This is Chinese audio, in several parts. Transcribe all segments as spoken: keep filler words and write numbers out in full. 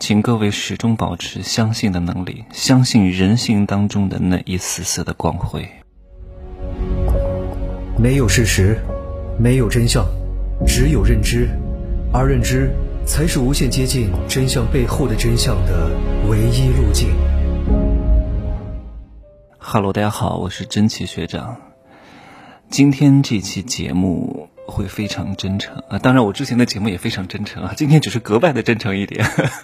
请各位始终保持相信的能力，相信人性当中的那一丝丝的光辉。 没有事实，没有真相，只有认知，而认知才是无限接近真相背后的真相的唯一路径。 哈喽，大家好，我是真奇学长。今天这期节目会非常真诚啊，当然我之前的节目也非常真诚啊，今天只是格外的真诚一点。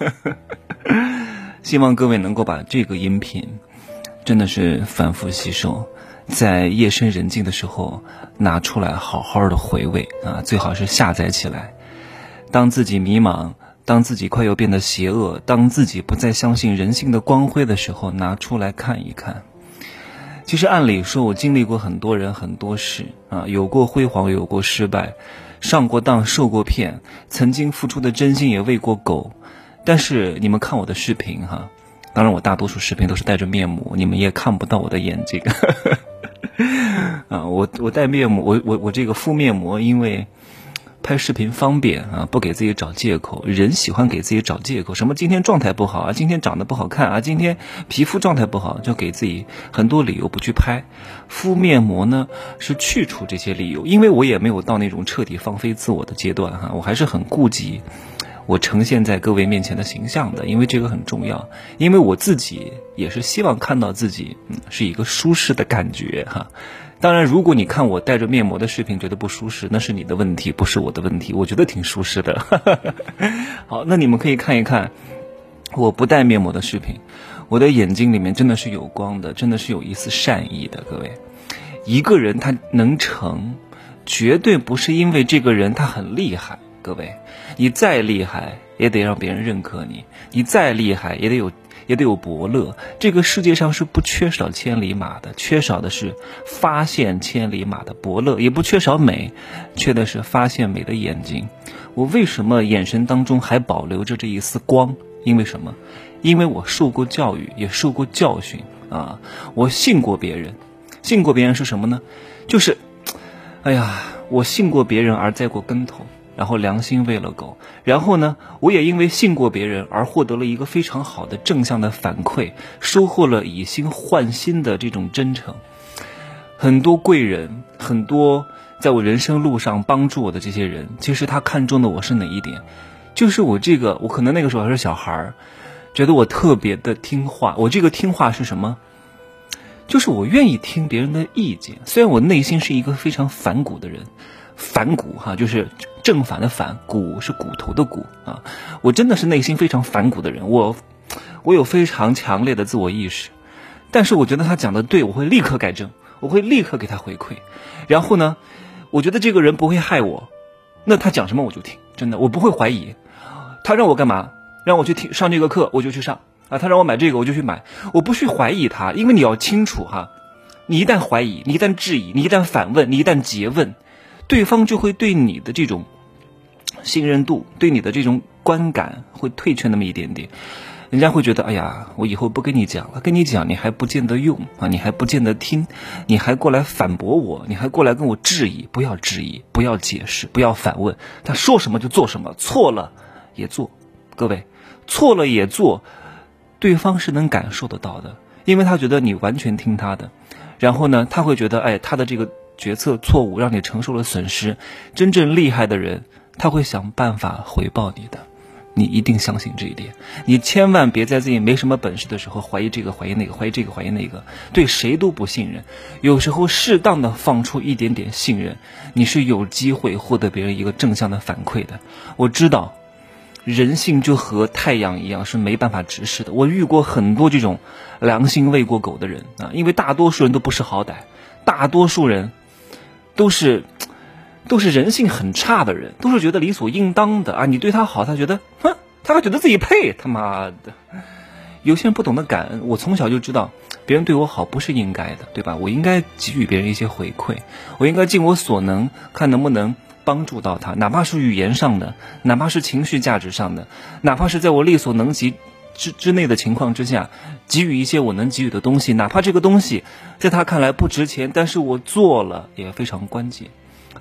希望各位能够把这个音频真的是反复吸收，在夜深人静的时候拿出来好好的回味啊，最好是下载起来。当自己迷茫，当自己快要变得邪恶，当自己不再相信人性的光辉的时候，拿出来看一看。其实按理说我经历过很多人很多事啊，有过辉煌，有过失败，上过当，受过骗，曾经付出的真心也喂过狗。但是你们看我的视频哈，当然我大多数视频都是戴着面膜，你们也看不到我的眼睛。啊，我我戴面膜，我我我这个敷面膜，因为拍视频方便啊，不给自己找借口。人喜欢给自己找借口，什么今天状态不好啊，今天长得不好看啊，今天皮肤状态不好，就给自己很多理由不去拍。敷面膜呢是去除这些理由，因为我也没有到那种彻底放飞自我的阶段哈，我还是很顾及我呈现在各位面前的形象的，因为这个很重要，因为我自己也是希望看到自己嗯是一个舒适的感觉哈。当然如果你看我戴着面膜的视频觉得不舒适，那是你的问题，不是我的问题，我觉得挺舒适的。好，那你们可以看一看我不戴面膜的视频，我的眼睛里面真的是有光的，真的是有一丝善意的。各位，一个人他能成，绝对不是因为这个人他很厉害。各位，你再厉害也得让别人认可你，你再厉害也得有也得有伯乐。这个世界上是不缺少千里马的，缺少的是发现千里马的伯乐，也不缺少美，缺的是发现美的眼睛。我为什么眼神当中还保留着这一丝光？因为什么？因为我受过教育，也受过教训啊！我信过别人，信过别人是什么呢？就是哎呀，我信过别人而栽过跟头，然后良心喂了狗，然后呢我也因为信过别人而获得了一个非常好的正向的反馈，收获了以心换心的这种真诚。很多贵人，很多在我人生路上帮助我的这些人，其实他看中的我是哪一点？就是我这个，我可能那个时候还是小孩，觉得我特别的听话。我这个听话是什么？就是我愿意听别人的意见，虽然我内心是一个非常反骨的人，反骨哈，就是正反的反，骨是骨头的骨啊。我真的是内心非常反骨的人，我我有非常强烈的自我意识，但是我觉得他讲的对，我会立刻改正，我会立刻给他回馈。然后呢，我觉得这个人不会害我，那他讲什么我就听，真的我不会怀疑。他让我干嘛？让我去听上这个课，我就去上啊。他让我买这个，我就去买，我不去怀疑他，因为你要清楚哈，你一旦怀疑，你一旦质疑，你一旦反问，你一旦诘问，对方就会对你的这种信任度，对你的这种观感会退却那么一点点。人家会觉得，哎呀，我以后不跟你讲了，跟你讲你还不见得用啊，你还不见得听，你还过来反驳我，你还过来跟我质疑。不要质疑，不要解释，不要反问，他说什么就做什么，错了也做。各位，错了也做，对方是能感受得到的，因为他觉得你完全听他的。然后呢，他会觉得，哎，他的这个决策错误让你承受了损失。真正厉害的人，他会想办法回报你的，你一定相信这一点。你千万别在自己没什么本事的时候怀疑这个怀疑那个，怀疑这个怀疑那个，对谁都不信任。有时候适当的放出一点点信任，你是有机会获得别人一个正向的反馈的。我知道人性就和太阳一样是没办法直视的，我遇过很多这种良心喂过狗的人啊，因为大多数人都不识好歹，大多数人都是都是人性很差的人，都是觉得理所应当的啊。你对他好，他觉得哼，他还觉得自己配，他妈的。有些人不懂得感恩，我从小就知道别人对我好不是应该的，对吧？我应该给予别人一些回馈，我应该尽我所能，看能不能帮助到他，哪怕是语言上的，哪怕是情绪价值上的，哪怕是在我力所能及之之内的情况之下，给予一些我能给予的东西，哪怕这个东西在他看来不值钱，但是我做了也非常关键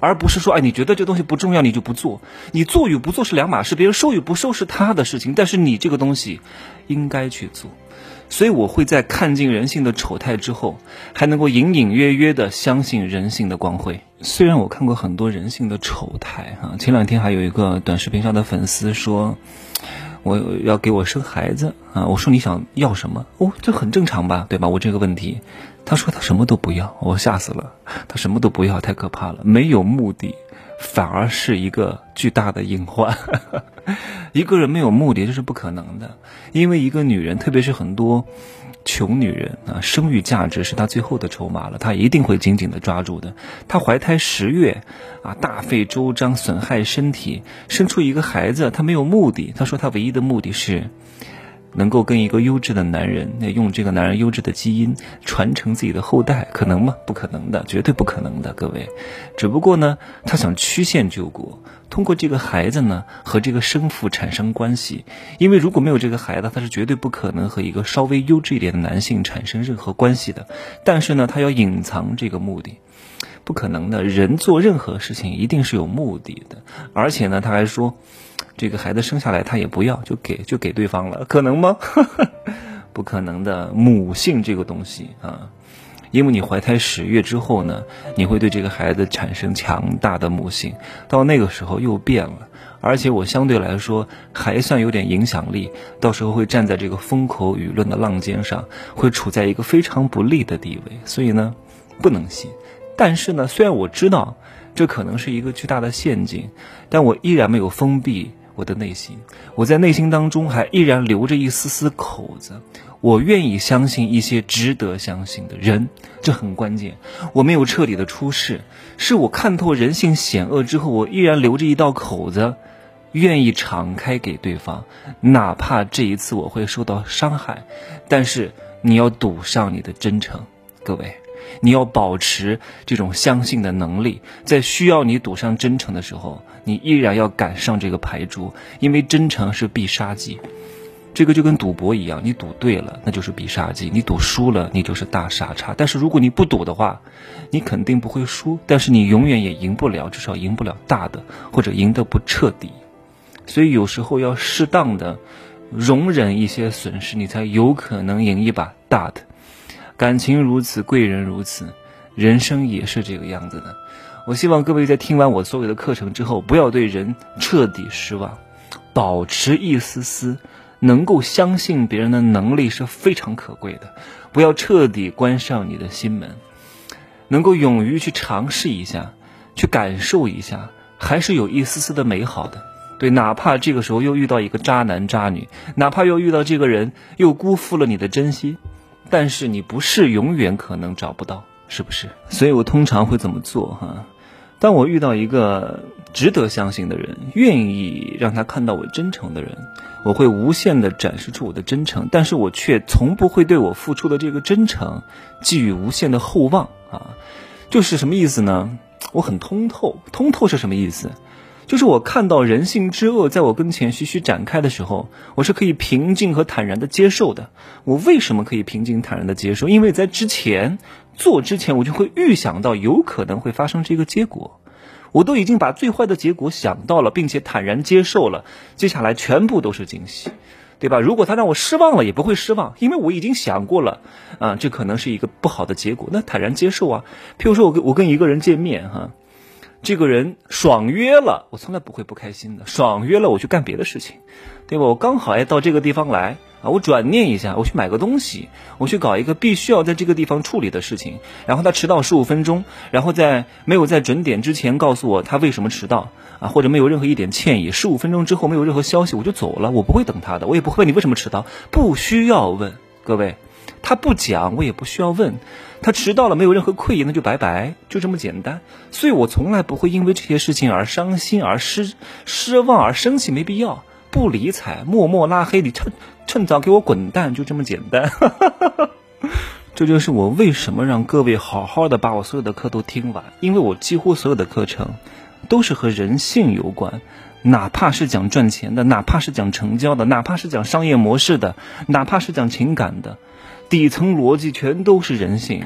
而不是说，哎，你觉得这东西不重要，你就不做。你做与不做是两码事，别人收与不收是他的事情，但是你这个东西应该去做。所以我会在看尽人性的丑态之后，还能够隐隐约约的相信人性的光辉。虽然我看过很多人性的丑态啊，前两天还有一个短视频上的粉丝说，我要给我生孩子啊，我说你想要什么？哦，这很正常吧，对吧？我这个问题，他说他什么都不要，我吓死了，他什么都不要，太可怕了，没有目的。反而是一个巨大的隐患。一个人没有目的，这是不可能的。因为一个女人，特别是很多穷女人啊，生育价值是她最后的筹码了，她一定会紧紧的抓住的。她怀胎十月啊，大费周章，损害身体，生出一个孩子，她没有目的。她说她唯一的目的是能够跟一个优质的男人，用这个男人优质的基因传承自己的后代，可能吗？不可能的，绝对不可能的，各位。只不过呢，他想曲线救国，通过这个孩子呢和这个生父产生关系。因为如果没有这个孩子，他是绝对不可能和一个稍微优质一点的男性产生任何关系的。但是呢，他要隐藏这个目的。不可能的，人做任何事情一定是有目的的。而且呢，他还说这个孩子生下来他也不要，就给就给对方了，可能吗？不可能的。母性这个东西啊，因为你怀胎十月之后呢，你会对这个孩子产生强大的母性，到那个时候又变了。而且我相对来说还算有点影响力，到时候会站在这个风口舆论的浪尖上，会处在一个非常不利的地位，所以呢不能信。但是呢，虽然我知道这可能是一个巨大的陷阱，但我依然没有封闭我的内心，我在内心当中还依然留着一丝丝口子，我愿意相信一些值得相信的人，这很关键。我没有彻底的出世，是我看透人性险恶之后，我依然留着一道口子，愿意敞开给对方，哪怕这一次我会受到伤害，但是你要赌上你的真诚，各位。你要保持这种相信的能力，在需要你赌上真诚的时候，你依然要赶上这个牌桌，因为真诚是必杀技。这个就跟赌博一样，你赌对了那就是必杀技，你赌输了你就是大傻叉。但是如果你不赌的话，你肯定不会输，但是你永远也赢不了，至少赢不了大的，或者赢得不彻底。所以有时候要适当的容忍一些损失，你才有可能赢一把大的。感情如此，贵人如此，人生也是这个样子的。我希望各位在听完我所有的课程之后，不要对人彻底失望，保持一丝丝能够相信别人的能力是非常可贵的。不要彻底关上你的心门，能够勇于去尝试一下，去感受一下，还是有一丝丝的美好的。对，哪怕这个时候又遇到一个渣男渣女，哪怕又遇到这个人又辜负了你的真心，但是你不是永远可能找不到，是不是？所以我通常会怎么做哈？当我遇到一个值得相信的人，愿意让他看到我真诚的人，我会无限地展示出我的真诚，但是我却从不会对我付出的这个真诚寄予无限的厚望啊！就是什么意思呢？我很通透，通透是什么意思？就是我看到人性之恶在我跟前徐徐展开的时候，我是可以平静和坦然的接受的。我为什么可以平静坦然的接受？因为在之前做之前，我就会预想到有可能会发生这个结果，我都已经把最坏的结果想到了，并且坦然接受了，接下来全部都是惊喜，对吧？如果他让我失望了也不会失望，因为我已经想过了啊，这可能是一个不好的结果，那坦然接受啊。譬如说我跟我跟一个人见面哈，这个人爽约了，我从来不会不开心的。爽约了，我去干别的事情，对吧？我刚好哎到这个地方来啊，我转念一下，我去买个东西，我去搞一个必须要在这个地方处理的事情。然后他迟到十五分钟，然后在没有在准点之前告诉我他为什么迟到啊，或者没有任何一点歉意，十五分钟之后没有任何消息，我就走了。我不会等他的，我也不会问你为什么迟到，不需要问，各位。他不讲我也不需要问，他迟到了没有任何愧意，那就拜拜，就这么简单。所以我从来不会因为这些事情而伤心而失失望而生气，没必要，不理睬，默默拉黑你，趁趁早给我滚蛋，就这么简单。这就是我为什么让各位好好的把我所有的课都听完，因为我几乎所有的课程都是和人性有关，哪怕是讲赚钱的，哪怕是讲成交的，哪怕是讲商业模式的，哪怕是讲情感的，底层逻辑全都是人性。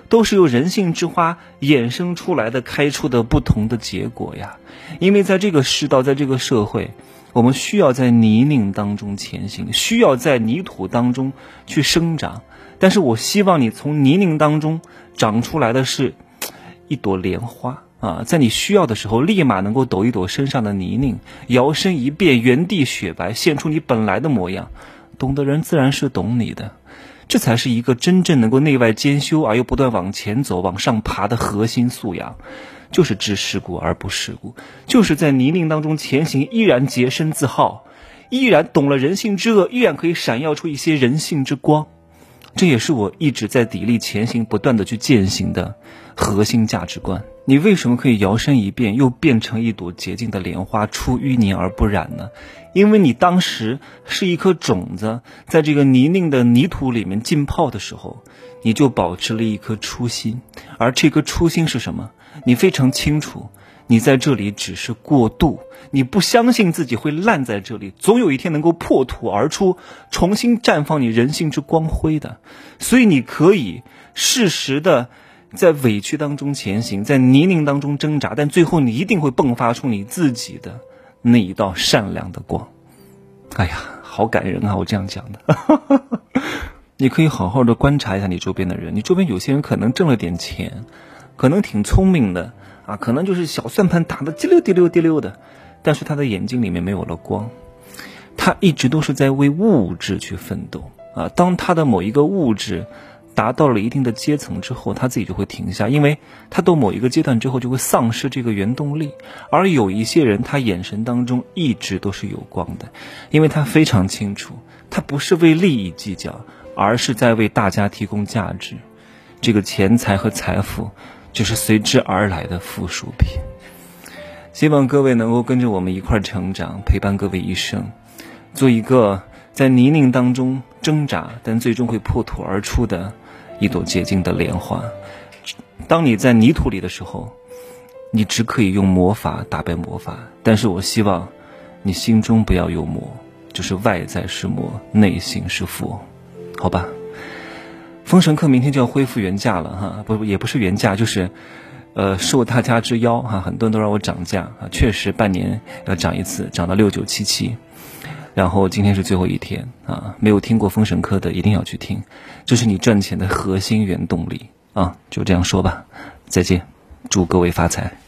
都是由人性之花衍生出来的，开出的不同的结果呀。因为在这个世道，在这个社会，我们需要在泥泞当中前行，需要在泥土当中去生长。但是我希望你从泥泞当中长出来的是一朵莲花啊，在你需要的时候立马能够抖一抖身上的泥泞，摇身一变，原地雪白，现出你本来的模样。懂的人自然是懂你的，这才是一个真正能够内外兼修而又不断往前走往上爬的核心素养，就是知世故而不世故，就是在泥泞当中前行，依然洁身自好，依然懂了人性之恶，依然可以闪耀出一些人性之光。这也是我一直在砥砺前行，不断的去践行的核心价值观。你为什么可以摇身一变，又变成一朵洁净的莲花，出淤泥而不染呢？因为你当时是一颗种子，在这个泥泞的泥土里面浸泡的时候，你就保持了一颗初心。而这颗初心是什么？你非常清楚，你在这里只是过渡，你不相信自己会烂在这里，总有一天能够破土而出，重新绽放你人性之光辉的。所以你可以适时的在委屈当中前行，在泥泞当中挣扎，但最后你一定会迸发出你自己的那一道善良的光。哎呀，好感人啊，我这样讲的你可以好好的观察一下你周边的人，你周边有些人可能挣了点钱，可能挺聪明的啊，可能就是小算盘打得滴溜滴溜滴溜的，但是他的眼睛里面没有了光，他一直都是在为物质去奋斗啊。当他的某一个物质达到了一定的阶层之后，他自己就会停下，因为他到某一个阶段之后就会丧失这个原动力。而有一些人，他眼神当中一直都是有光的，因为他非常清楚，他不是为利益计较，而是在为大家提供价值。这个钱财和财富就是随之而来的附属品。希望各位能够跟着我们一块成长，陪伴各位一生，做一个在泥泞当中挣扎但最终会破土而出的一朵洁净的莲花。当你在泥土里的时候，你只可以用魔法打败魔法，但是我希望你心中不要有魔，就是外在是魔，内心是佛，好吧？封神课明天就要恢复原价了哈，不也不是原价，就是呃受大家之邀哈，很多人都让我涨价啊，确实半年要涨一次，涨到六九七七。然后今天是最后一天啊，没有听过封神课的一定要去听，这是你赚钱的核心原动力啊，就这样说吧，再见，祝各位发财。